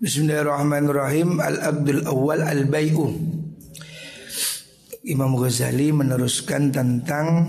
Bismillahirrahmanirrahim. Al-aqdul awal al-bai'u. Imam Ghazali meneruskan tentang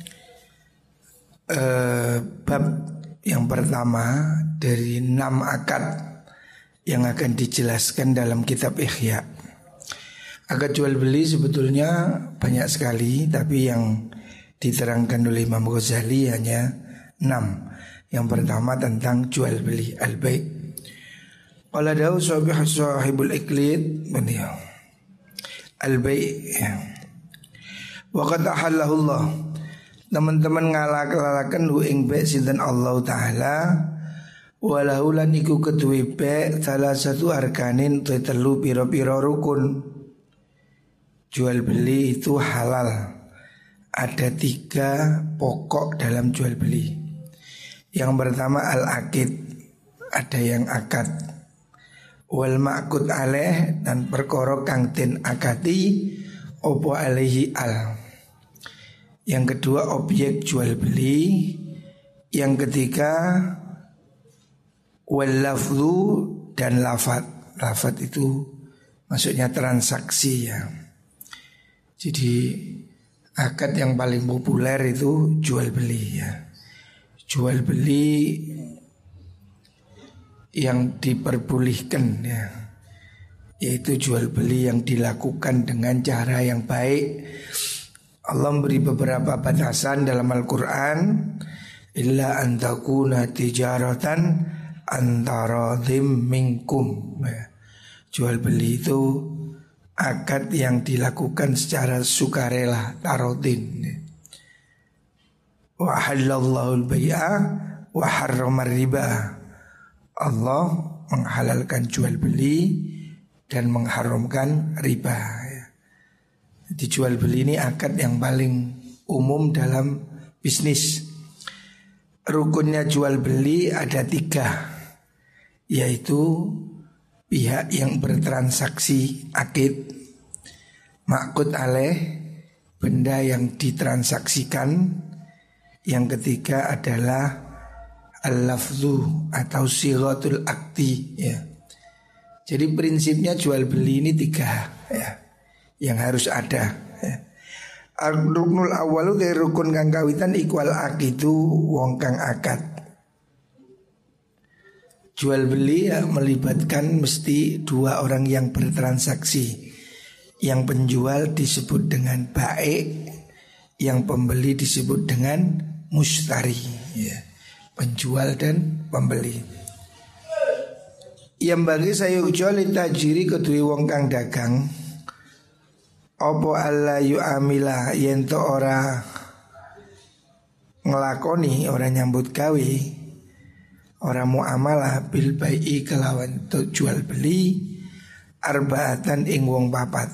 bab yang pertama dari 6 akad yang akan dijelaskan dalam kitab Ihya. Akad jual beli sebetulnya banyak sekali, tapi yang diterangkan oleh Imam Ghazali hanya 6. Yang pertama tentang jual beli al-bai'. Qala dawu sahibul iqlid beliau al-bai' wa qad ahallahu Allah. Teman-teman ngalak-lalakan hu ing bai' sinten Allah taala walahu lan iku keduwe bai' salah satu arkanin telu pira-pira rukun. Jual beli itu halal. Ada 3 pokok dalam jual beli. Yang pertama al-aqid, ada yang akad. Wal ma'qud alaih, dan perkara kang den akati opo alaihi al. Yang kedua objek jual beli. Yang ketiga wal lafzu, dan lafad. Lafad itu maksudnya transaksi ya. Jadi akad yang paling populer itu jual beli ya. Jual beli yang diperbolehkan ya, yaitu jual beli yang dilakukan dengan cara yang baik. Allah memberi beberapa batasan dalam Al-Quran. Illa antakuna tijaratan antaradhim minkum ya. Jual beli itu akad yang dilakukan secara sukarela, tarodin ya. Wa halallahu al-bai'a wa harramar riba. Allah menghalalkan jual beli dan mengharamkan riba ya. Jadi jual beli ini akad yang paling umum dalam bisnis. Rukunnya jual beli ada 3, yaitu pihak yang bertransaksi akid, ma'qud alaih, benda yang ditransaksikan. Yang ketiga adalah al-lafzu atau sighatul akdi ya. Jadi prinsipnya jual beli ini 3 ya, yang harus ada ya. Ruknul awalu dari rukun kang kawitan ikwal akidu wong kang akad. Jual beli ya, melibatkan mesti 2 orang yang bertransaksi. Yang penjual disebut dengan bai', yang pembeli disebut dengan mustari ya. Penjual dan pembeli. Yang bagi saya ucoli tajiri kedui wong kang dagang opo alla yu'amila yento ora ngelakoni, ora nyambut gawe, ora muamalah bil bai'i kelawan jual beli arbaatan ing wong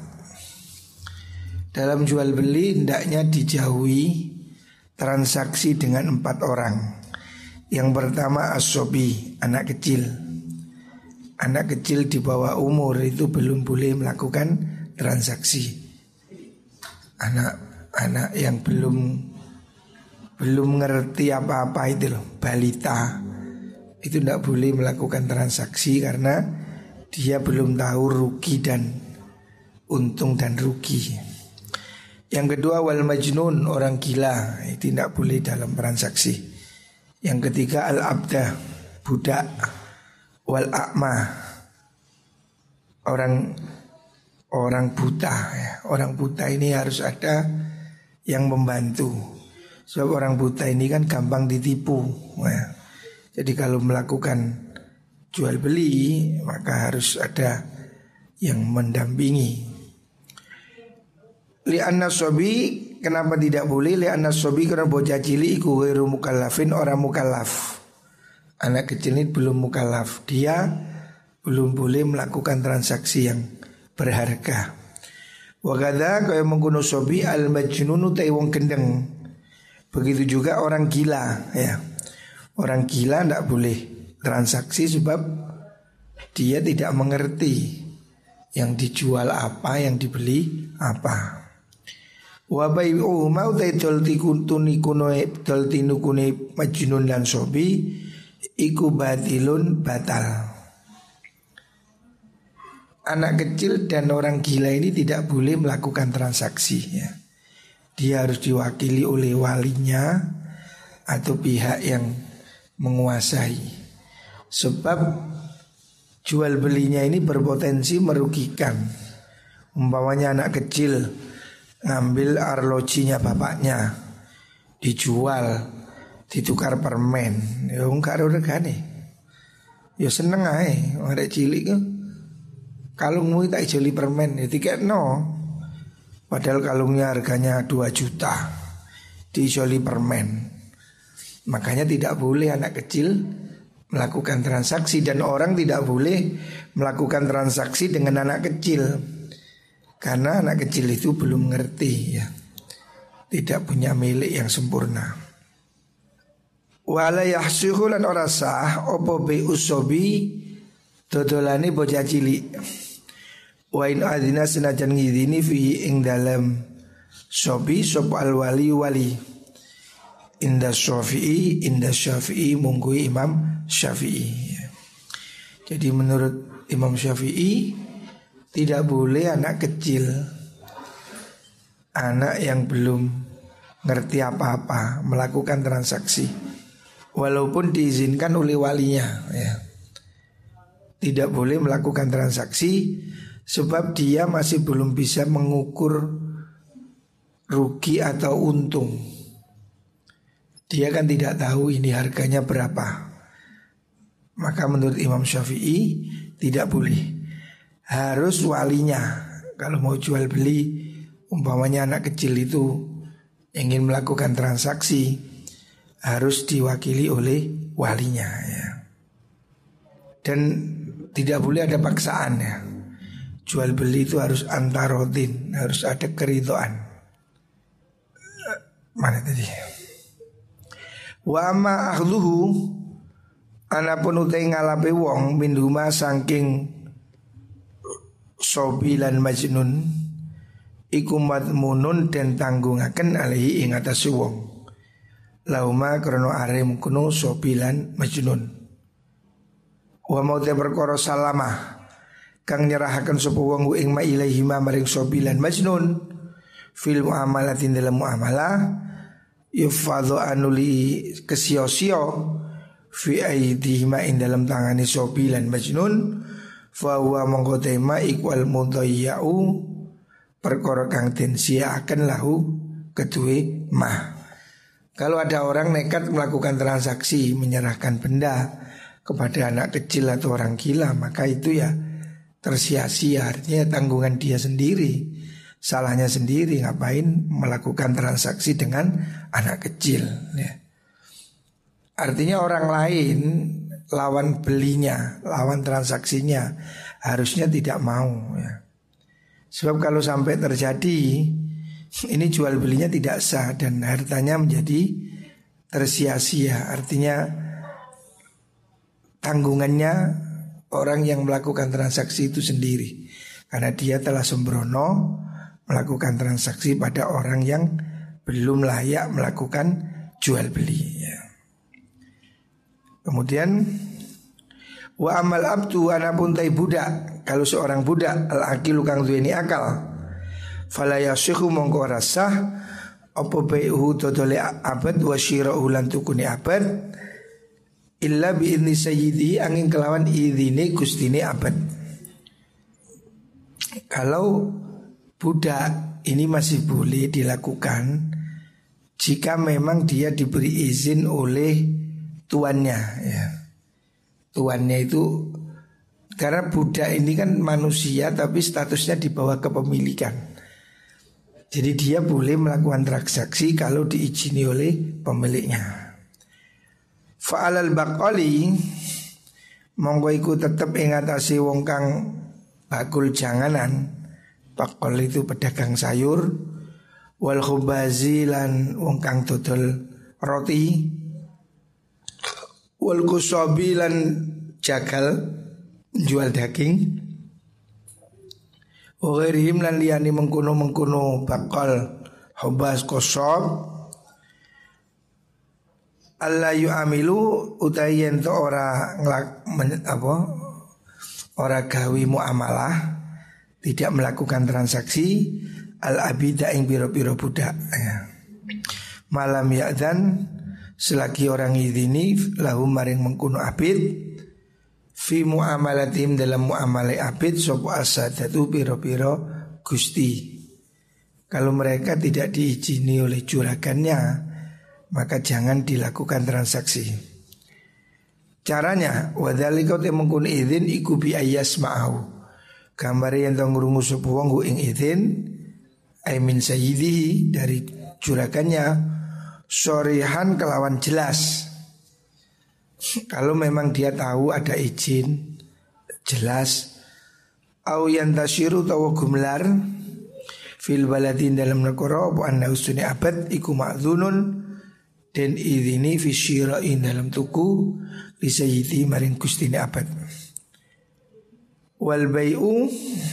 4. Dalam jual beli hendaknya dijauhi transaksi dengan 4 orang. Yang pertama as-sobi, anak kecil. Anak kecil di bawah umur itu belum boleh melakukan transaksi. Anak yang belum ngerti apa-apa itu loh, balita, itu tidak boleh melakukan transaksi karena dia belum tahu rugi dan untung dan rugi. Yang kedua wal majnun, orang gila, itu tidak boleh dalam transaksi. Yang ketiga al-abda, budak. Wal a'ma, orang buta ya. Orang buta ini harus ada yang membantu. Sebab orang buta ini kan gampang ditipu ya. Jadi kalau melakukan jual beli maka harus ada yang mendampingi. Li'anna sobi, kenapa tidak boleh? Li'anna sobi karena bocah cilik iku ghairu mukallafin, orang mukallaf. Anak kecil ini belum mukallaf, dia belum boleh melakukan transaksi yang berharga. Wa kadza kaya mengkono sobi al majnunu ta wong gendeng. Begitu juga orang gila ya. Orang gila tidak boleh transaksi sebab dia tidak mengerti yang dijual apa, yang dibeli apa. Wa bai'u mau taidul tikutuni kunoe dol tinukune majnun lan sobi iku batilun batal. anak kecil dan orang gila ini tidak boleh melakukan transaksi ya. Dia harus diwakili oleh walinya atau pihak yang menguasai. Sebab jual belinya ini berpotensi merugikan. Umpamanya anak kecil ngambil arlojinya bapaknya, dijual, ditukar permen, ya karo regane. Ya seneng ae, arek cilik ku. Kalungmu tak joli permen, ya tiketno. Padahal kalungnya harganya 2 juta, dijoli permen. Makanya tidak boleh anak kecil melakukan transaksi, dan orang tidak boleh melakukan transaksi dengan anak kecil. Karena anak kecil itu belum ngerti ya, tidak punya milik yang sempurna. Wala yahsuhu lan ora sah opo be usobi dodolane bocah cilik. Wa in adina senajan ngidini fi ing dalam sobi sop al wali wali. Inda Syafi'i munggui Imam Syafi'i. Jadi menurut Imam Syafi'i tidak boleh anak kecil, anak yang belum ngerti apa-apa melakukan transaksi, walaupun diizinkan oleh walinya ya. Tidak boleh melakukan transaksi sebab dia masih belum bisa mengukur rugi atau untung. Dia kan tidak tahu ini harganya berapa. Maka menurut Imam Syafi'i tidak boleh. Harus walinya. Kalau mau jual beli, umpamanya anak kecil itu ingin melakukan transaksi, harus diwakili oleh walinya ya. Dan tidak boleh ada paksaan ya. Jual beli itu harus antarodin, harus ada keridhaan. Mana tadi? Wa ma akhluhu, anapun utai ngalape wong minhuma saking sobi lan majnun iku madmunun den tanggungaken alaihi ing atas wong. Lauma krana are mungkono sobi lan majnun. Wa mau te perkara salamah kang nyerahaken sapa wong ing ma ilaihi maring sobi lan majnun fil muamalatin dalam muamalah yufadhu anuli kesio-sio fi aidihima ing dalam tangani sobi lan majnun fa huwa mongko tema ikwal mudayyau perkara kang den siaken lahu kedue mah. Kalau ada orang nekat melakukan transaksi menyerahkan benda kepada anak kecil atau orang gila, maka itu ya tersia-sia, artinya tanggungan dia sendiri. Salahnya sendiri, ngapain melakukan transaksi dengan anak kecil ya. Artinya orang lain lawan belinya, lawan transaksinya harusnya tidak mau ya. Sebab kalau sampai terjadi, ini jual belinya tidak sah dan hartanya menjadi tersia-sia. Artinya tanggungannya orang yang melakukan transaksi itu sendiri, karena dia telah sembrono melakukan transaksi pada orang yang belum layak melakukan jual beli ya. Kemudian wa amal abdu anapun tai budak, kalau seorang budak al aqilu kang duweni akal fala yasihu mongko rasah apa bai'uhu dodole abad wa syira'u lan tukune abad illa bi idzni sayyidi angin kelawan idine gustine abad. Kalau budak ini masih boleh dilakukan jika memang dia diberi izin oleh tuannya ya. Tuannya itu, karena budak ini kan manusia tapi statusnya di bawah kepemilikan. Jadi dia boleh melakukan transaksi kalau diizini oleh pemiliknya. Fa'alal baqali monggo iku tetep ing atase wong kang bakul janganan. Bakul itu pedagang sayur. Wal khubazi lan wong kang dodol roti. Wal kusabi lan jagal jual daging. Waghairihim lan liyani mengkono-mengkono bakal hubas kosab. Allah yu'amilu utayen to ora ora gawi muamalah tidak melakukan transaksi al-abida ing biro-biro budak ya. Malam ya'dan selagi orang idini lahu maring mengkuno abid fi muamalatim dalam muamalai abid sopo asadatu biro-biro gusti. Kalau mereka tidak diizini oleh juragannya, maka jangan dilakukan transaksi. Caranya wadzalika te mengkuno izin iku bi ayas ma'au. Gambar yang tong ngrungu sapa wong ing izin ai min sayyidihi dari juragannya sorihan kelawan jelas. Kalau memang dia tahu ada izin jelas au yantashiru tawa gumlar fil baladin dalam negara apa anna usune abad iku ma'dzunun dan idini fi syira'in dalam tuku li sayyidi maring gustine abad. Wal bai'u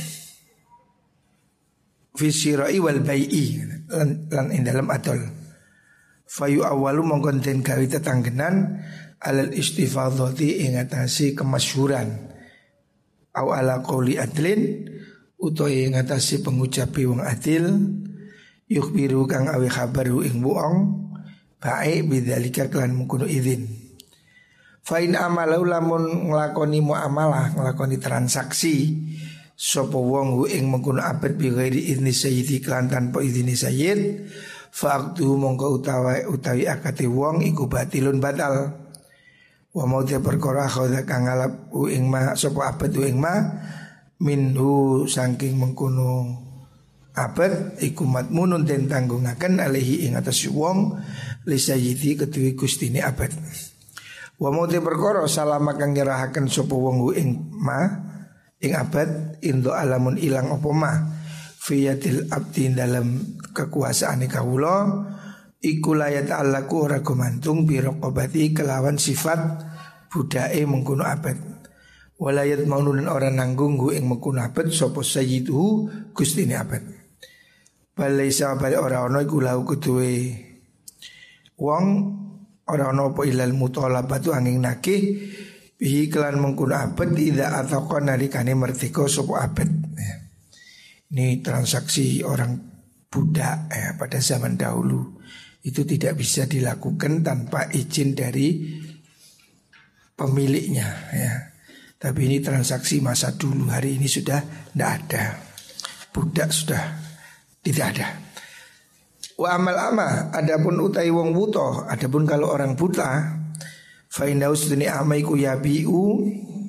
fi syira'i wal bai'i lan ing dalam adol. Fayu awalu mongkon den gawe tetanggenan alal istifadhati ing atase kemasyhuran. Au ala qauli adlin utawa ing atase pengucape wong adil yukhbiru kang awe khabaru ing wong bae bidzalika kelan mengkono izin. Fa'in amalau lamun nglakoni muamalah, nglakoni transaksi sapa wong ing mengkono abad bi ghairi izni sayyidi kelan tanpa izine sayyid fa'tu mongko utawi akate wong iku batilun batal. Wa mau te perkara khodha kang ngalap ing ma sapa abad ing ma minhu saking mengkono abad iku matmunun den tanggungaken alihi ing atas wong li sayyidi ketuwi gustine abad. Wa mau te perkara salama kang nyerahaken sapa wong ing ma ing abad indo alamun ilang apa ma fiyatil abdi dalam kekuasaane kawula iku layat allaku ora gumantung bi raqabati kelawan sifat budake mengkono abad. Walayat maunun ora nanggung ing mengkono abad sapa sayyidu gustine abad. Balaisa bali ora ana iku lahu kuduwe wong ora ana apa ilal mutalabatu angin nakih bihi kelan mengkono abad idza ataqa nalikane merdeka sapa abad. Ini transaksi orang budak pada zaman dahulu itu tidak bisa dilakukan tanpa izin dari pemiliknya ya. Tapi ini transaksi masa dulu, hari ini sudah tidak ada. Budak sudah tidak ada. Wa amal ama adapun utai wong buta, adapun kalau orang buta fa inna usduni amaiku yabiu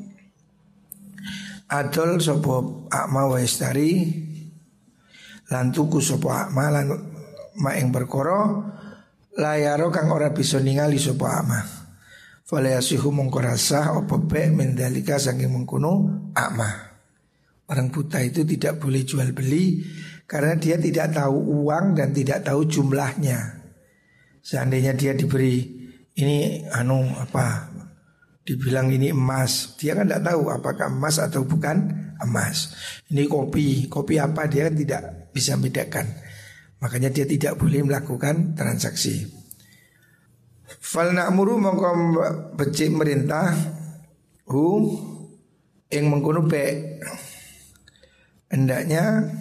adol sapa akma wa istari lan tuku sapa akma lan ma ing perkara layaro kang ora bisa ningali sapa akma. Fala yasihu mongko rasah apa be mendalika saking mengkono akma. Orang buta itu tidak boleh jual beli karena dia tidak tahu uang dan tidak tahu jumlahnya. Seandainya dia diberi ini dibilang ini emas, dia kan tidak tahu apakah emas atau bukan emas. Ini kopi apa dia kan tidak bisa membedakan. Makanya dia tidak boleh melakukan transaksi. Fal na'muru mongko becik merintah ing mengkono be. Hendaknya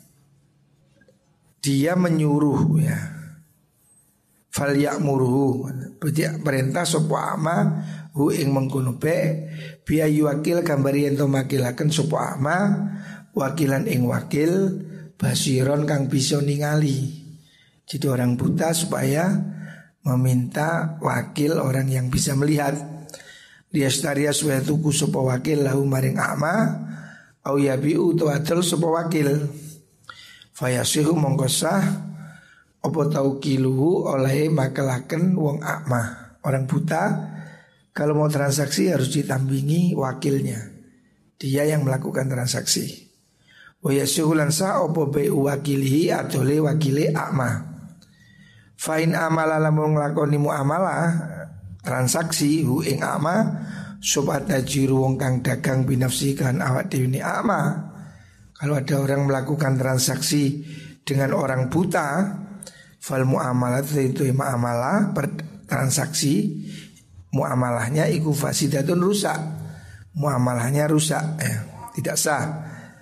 dia menyuruh ya. Fal ya'muruhu becik perintah sapa ama ing mengkono be biayu wakil gambari ento makilaken sapa ama wakilan ing wakil basiron kang bisa ningali. Jadi orang buta supaya meminta wakil orang yang bisa melihat. Liastaria suwe tuku sapa wakil lahu maring ama au yabiu tuatul sapa wakil. Fayasihu mongko sah apa tauqiluhu oleh makalaken wong akma. Orang buta kalau mau transaksi harus ditambingi wakilnya. Dia yang melakukan transaksi. Wa yasuhulan sa apa bai wakilihi atole wakile akma. Fa'in amala lamun nglakoni muamalah transaksi hu ing akma sobat tajiru wong kang dagang binafsi kan awak dhewe ni akma. Kalau ada orang melakukan transaksi dengan orang buta, fal muamalah itu muamalah transaksi muamalahnya iku fasidatun rusak. Muamalahnya rusak tidak sah.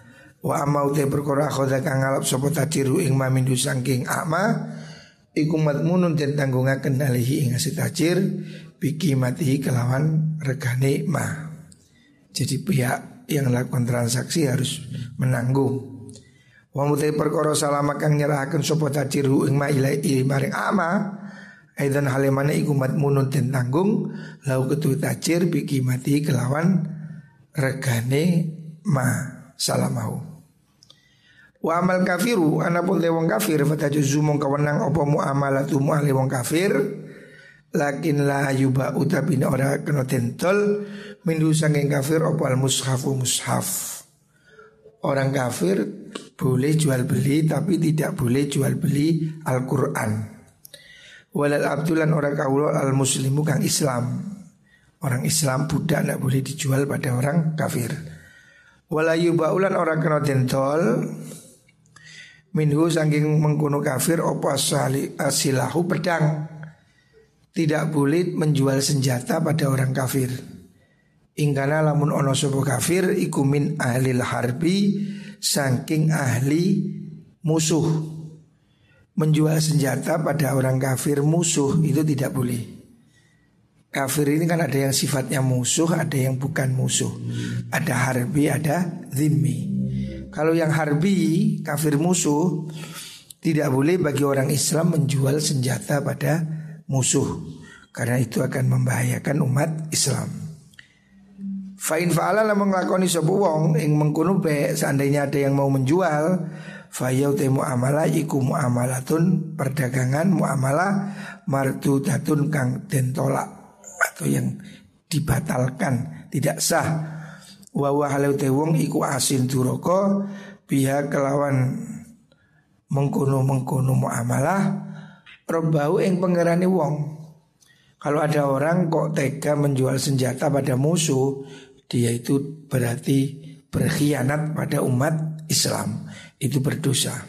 Wa amma utai perkara akhoda kang ngalap sapa tajiru ing ma mindu sangking akma iku matmunun den tanggungaken alihi ing tajir biki mati kelawan regane ma. Jadi pihak yang melakukan transaksi harus menanggung. Wa mutai perkara salama kang nyerahaken sapa tajiru ing ma ilai maring akma aidan halimane iku matmunun den tanggung lau ketu tajir biki mati kelawan regane ma salamahu. Wa amal kafiru anapun te wong kafir fatajuzu mongko wenang apa muamalatu muale wong kafir lakin la yuba utabi ora kena tentol mindu sanging kafir apa al mushafu mushaf. Orang kafir boleh jual beli tapi tidak boleh jual beli Al-Qur'an. Walal abdulan orang kawula al muslimu kang Islam. Orang Islam budak tidak boleh dijual pada orang kafir. Wala yubaulan orang kena tentol minhu saking mengkono kafir opo asilahu pedang. Tidak boleh menjual senjata pada orang kafir. Ingkana lamun ono sapa kafir iku min ahlil harbi saking ahli musuh. Menjual senjata pada orang kafir musuh itu tidak boleh. Kafir ini kan ada yang sifatnya musuh, ada yang bukan musuh. Ada harbi, ada zimmi. Kalau yang harbi, kafir musuh, tidak boleh bagi orang Islam menjual senjata pada musuh, karena itu akan membahayakan umat Islam. Fa'in fa'ala lamun nglakoni sapa wong ing mengkono be seandainya ada yang mau menjual, fayau te muamalah iku muamalatun perdagangan muamalah mardudatun kang den tolak atau yang dibatalkan, tidak sah. Wa wa halau te wong iku asin duraka biha kelawan mengkono-mengkono muamalah robahu ing pengerane wong. Kalau ada orang kok tega menjual senjata pada musuh, dia itu berarti berkhianat pada umat Islam, itu berdosa.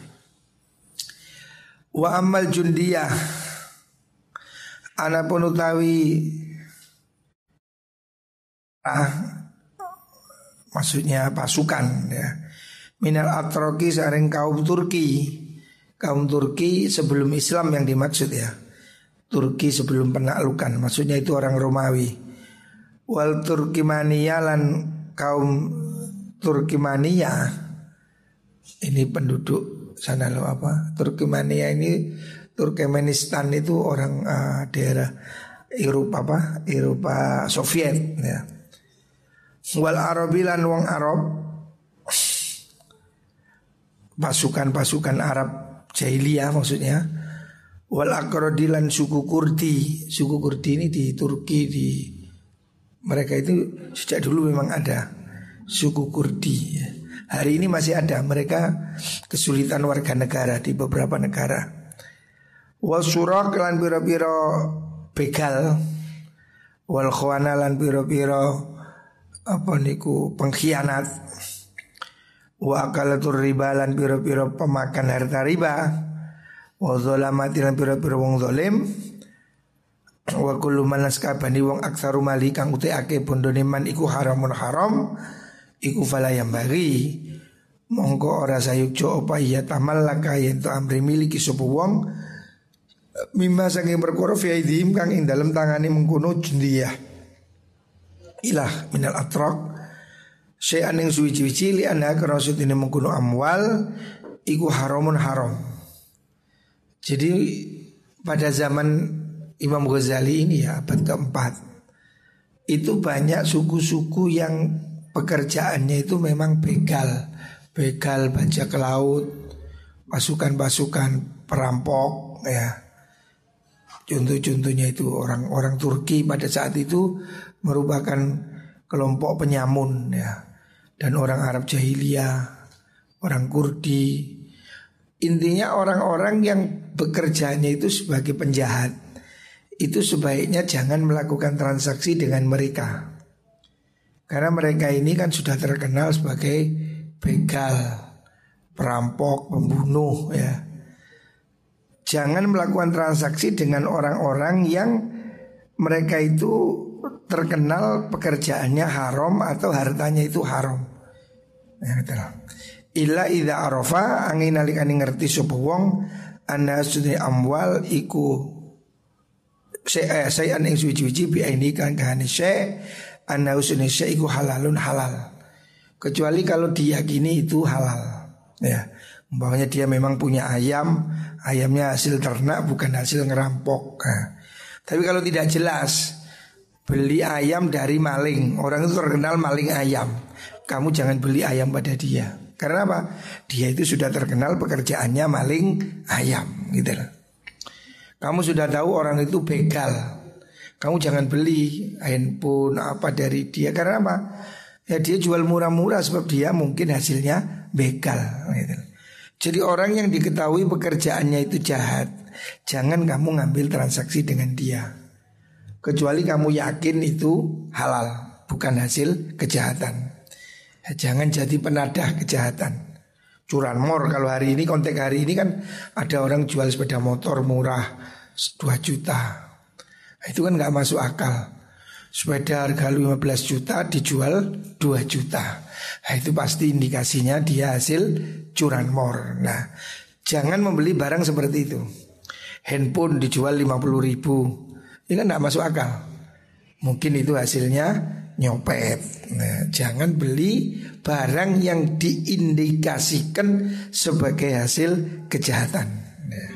Wa amal jundiyah anapun utawi maksudnya pasukan ya. Minal atroki saring kaum Turki. Kaum Turki sebelum Islam yang dimaksud ya. Turki sebelum penaklukan, maksudnya itu orang Romawi. Wal Turkimania lan kaum Turkimania. Ini penduduk sana loh apa? Turkimania ini Turkmenistan itu orang daerah Eropa apa? Eropa Soviet ya. Wal Arabilan wong Arab, pasukan-pasukan Arab jahiliyah maksudnya. Wal Akrodilan suku Kurdi. Suku Kurdi ini di Turki, di mereka itu sejak dulu memang ada suku Kurdi. Hari ini masih ada, mereka kesulitan warga negara di beberapa negara. Wal Surak lan pira-pira begal. Wal Khwana lan pira-pira apa niku pengkhianat. Wa akalatur riba lan pira-pira pemakan harta riba. Wa zalamati lan pira-pira wong zalim. Wa kullu man naskabani wong aksaru mali kang uteake bondone man iku haramun haram iku fala yang bagi mongko ora sayukjo apa iya tamallaka yen to amri miliki sapa wong mimma saking perkara fi aidhim kang ing dalem tangane mengkono jendiyah ilah minal atrak syai'an ing suwi-suwi li ana kerasut ini mengkono amwal iku haramun haram. Jadi pada zaman Imam Ghazali ini ya abad keempat itu banyak suku-suku yang pekerjaannya itu memang begal bajak laut, pasukan-pasukan perampok ya. Contoh-contohnya itu orang-orang Turki pada saat itu merupakan kelompok penyamun ya. Dan orang Arab jahiliyah, orang Kurdi. Intinya orang-orang yang bekerjanya itu sebagai penjahat, itu sebaiknya jangan melakukan transaksi dengan mereka. Karena mereka ini kan sudah terkenal sebagai begal, perampok, pembunuh ya. Jangan melakukan transaksi dengan orang-orang yang mereka itu terkenal pekerjaannya haram atau hartanya itu haram. Ya, Illa idza arafa angin nalikane ngerti sapa wong ana sunni amwal iku sayan ing suci-suci bi aini kan kahane syai ana sunni syai iku halalun halal. Kecuali kalau diyakini itu halal. Ya, umpamanya dia memang punya ayam, ayamnya hasil ternak bukan hasil ngerampok. Nah, tapi kalau tidak jelas, beli ayam dari maling, orang itu terkenal maling ayam, kamu jangan beli ayam pada dia. Karena apa? Dia itu sudah terkenal pekerjaannya maling ayam gitu loh. Kamu sudah tahu orang itu begal, kamu jangan beli handphone apa dari dia. Karena apa? Ya dia jual murah-murah sebab dia mungkin hasilnya begal gitu. Jadi orang yang diketahui pekerjaannya itu jahat, jangan kamu ngambil transaksi dengan dia, kecuali kamu yakin itu halal, bukan hasil kejahatan. Jangan jadi penadah kejahatan. Curanmor, kalau hari ini konteks hari ini kan ada orang jual sepeda motor murah 2 juta. Itu kan gak masuk akal. Sepeda harga 15 juta dijual 2 juta. Nah, itu pasti indikasinya dia hasil curanmor. Nah, jangan membeli barang seperti itu. Handphone dijual 50 ribu, ini kan gak masuk akal. Mungkin itu hasilnya nyopet. Nah, jangan beli barang yang diindikasikan sebagai hasil kejahatan. Nah,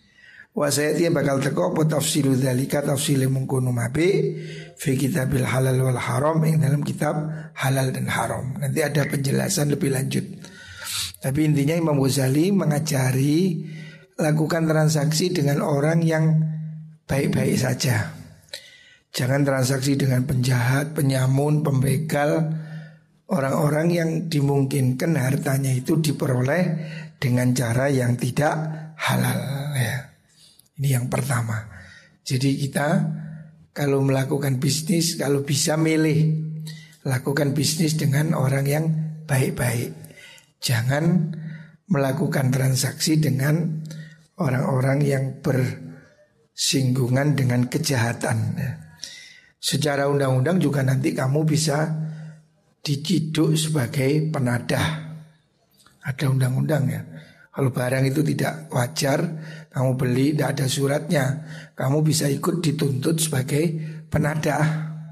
wasayati bakal teko apa tafsilu dzalika tafsile mungkunu mabe fi kitabil halal wal haram yang dalam kitab halal dan haram. Nanti ada penjelasan lebih lanjut. Tapi intinya Imam Ghazali mengajari lakukan transaksi dengan orang yang baik-baik saja. Jangan transaksi dengan penjahat, penyamun, pembegal, orang-orang yang dimungkinkan hartanya itu diperoleh dengan cara yang tidak halal ya. Ini yang pertama. Jadi kita kalau melakukan bisnis, kalau bisa milih, lakukan bisnis dengan orang yang baik-baik. Jangan melakukan transaksi dengan orang-orang yang bersinggungan dengan kejahatan ya. Secara undang-undang juga nanti kamu bisa diciduk sebagai penadah. Ada undang-undang ya. Kalau barang itu tidak wajar, kamu beli tidak ada suratnya, kamu bisa ikut dituntut sebagai penadah.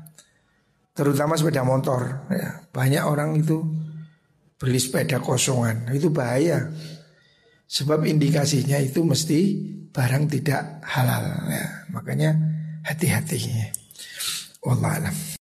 Terutama sepeda motor ya. Banyak orang itu beli sepeda kosongan, itu bahaya. Sebab indikasinya itu mesti barang tidak halal ya. Makanya hati-hati. Wallahu a'lam.